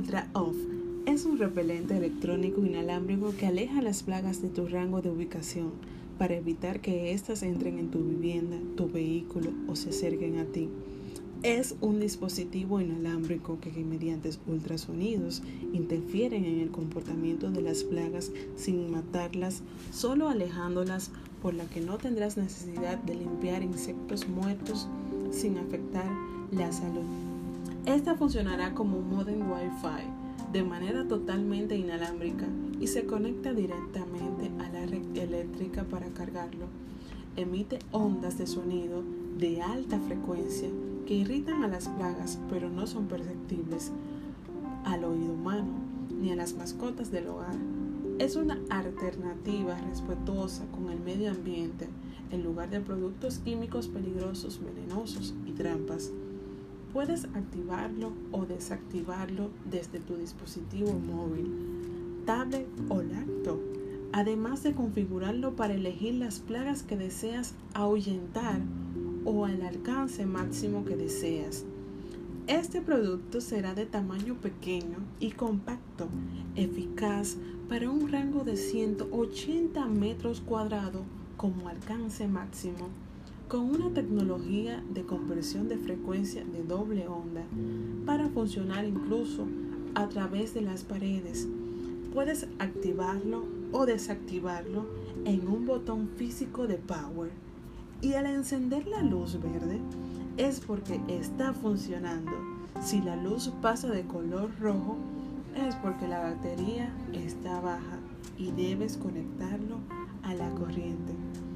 Ultra Off es un repelente electrónico inalámbrico que aleja las plagas de tu rango de ubicación para evitar que éstas entren en tu vivienda, tu vehículo o se acerquen a ti. Es un dispositivo inalámbrico que mediante ultrasonidos interfieren en el comportamiento de las plagas sin matarlas, solo alejándolas, por la que no tendrás necesidad de limpiar insectos muertos sin afectar la salud. Esta funcionará como un módem Wi-Fi de manera totalmente inalámbrica y se conecta directamente a la red eléctrica para cargarlo. Emite ondas de sonido de alta frecuencia que irritan a las plagas, pero no son perceptibles al oído humano ni a las mascotas del hogar. Es una alternativa respetuosa con el medio ambiente en lugar de productos químicos peligrosos, venenosos y trampas. Puedes activarlo o desactivarlo desde tu dispositivo móvil, tablet o laptop, además de configurarlo para elegir las plagas que deseas ahuyentar o al alcance máximo que deseas. Este producto será de tamaño pequeño y compacto, eficaz para un rango de 180 metros cuadrados como alcance máximo, con una tecnología de conversión de frecuencia de doble onda para funcionar incluso a través de las paredes. Puedes activarlo o desactivarlo en un botón físico de power. Y al encender la luz verde es porque está funcionando. Si la luz pasa de color rojo es porque la batería está baja y debes conectarlo a la corriente.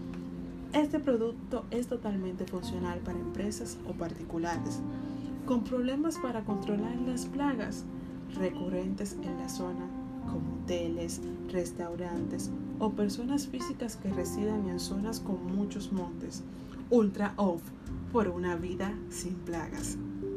Este producto es totalmente funcional para empresas o particulares con problemas para controlar las plagas recurrentes en la zona, como hoteles, restaurantes o personas físicas que residen en zonas con muchos montes. Ultra Off, por una vida sin plagas.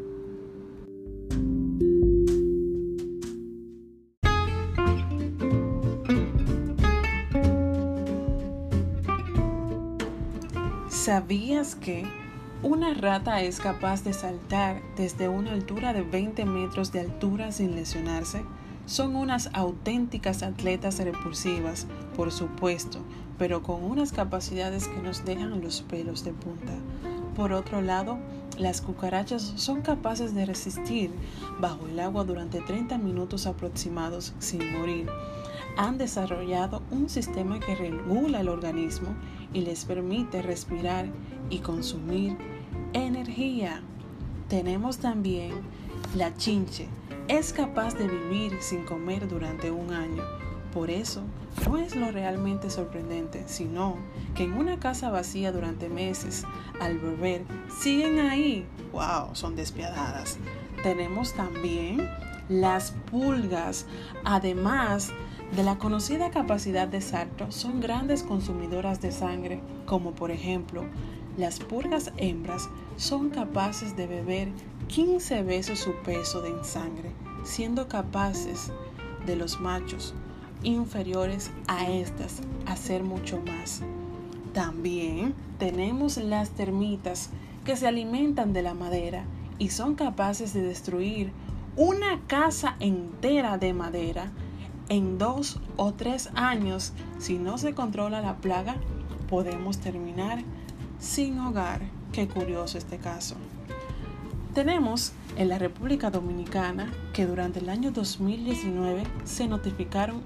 ¿Sabías que una rata es capaz de saltar desde una altura de 20 metros de altura sin lesionarse? Son unas auténticas atletas repulsivas, por supuesto, pero con unas capacidades que nos dejan los pelos de punta. Por otro lado, las cucarachas son capaces de resistir bajo el agua durante 30 minutos aproximados sin morir. Han desarrollado un sistema que regula el organismo y les permite respirar y consumir energía. Tenemos también la chinche. Es capaz de vivir sin comer durante un año. Por eso, no es lo realmente sorprendente, sino que en una casa vacía durante meses, al volver, siguen ahí. ¡Wow! Son despiadadas. Tenemos también las pulgas. Además de la conocida capacidad de salto, son grandes consumidoras de sangre, como por ejemplo, las pulgas hembras son capaces de beber 15 veces su peso en sangre, siendo capaces de los machos inferiores a estas hacer mucho más. También tenemos las termitas que se alimentan de la madera y son capaces de destruir una casa entera de madera en 2 o 3 años. Si no se controla la plaga, podemos terminar sin hogar. Qué curioso este caso. Tenemos en la República Dominicana que durante el año 2019 se notificaron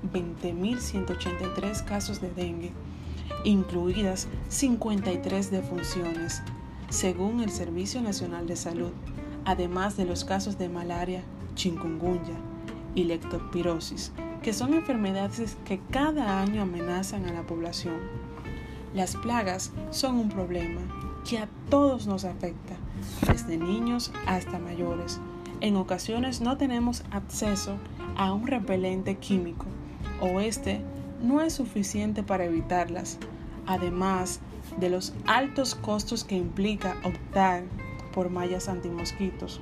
20.183 casos de dengue, incluidas 53 defunciones, según el Servicio Nacional de Salud, además de los casos de malaria, chikungunya y leptospirosis, que son enfermedades que cada año amenazan a la población. Las plagas son un problema que a todos nos afecta, desde niños hasta mayores. En ocasiones no tenemos acceso a un repelente químico o este no es suficiente para evitarlas, además de los altos costos que implica optar por mallas antimosquitos.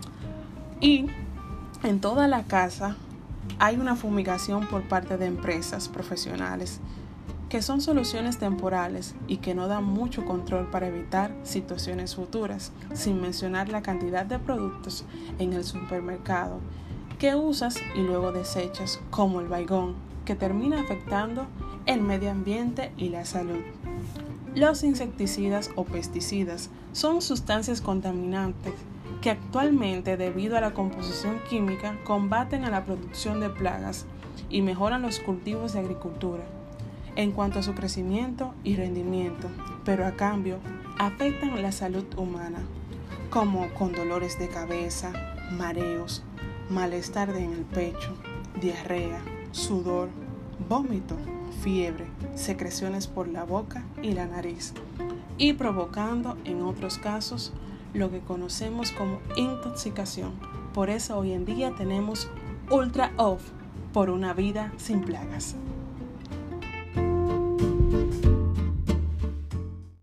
Y en toda la casa hay una fumigación por parte de empresas profesionales que son soluciones temporales y que no dan mucho control para evitar situaciones futuras, sin mencionar la cantidad de productos en el supermercado que usas y luego desechas, como el baigón, que termina afectando el medio ambiente y la salud. Los insecticidas o pesticidas son sustancias contaminantes que actualmente, debido a la composición química, combaten a la producción de plagas y mejoran los cultivos de agricultura en cuanto a su crecimiento y rendimiento, pero a cambio afectan la salud humana, como con dolores de cabeza, mareos, malestar en el pecho, diarrea, sudor, vómito, fiebre, secreciones por la boca y la nariz, y provocando en otros casos lo que conocemos como intoxicación. Por eso hoy en día tenemos Ultra Off, por una vida sin plagas.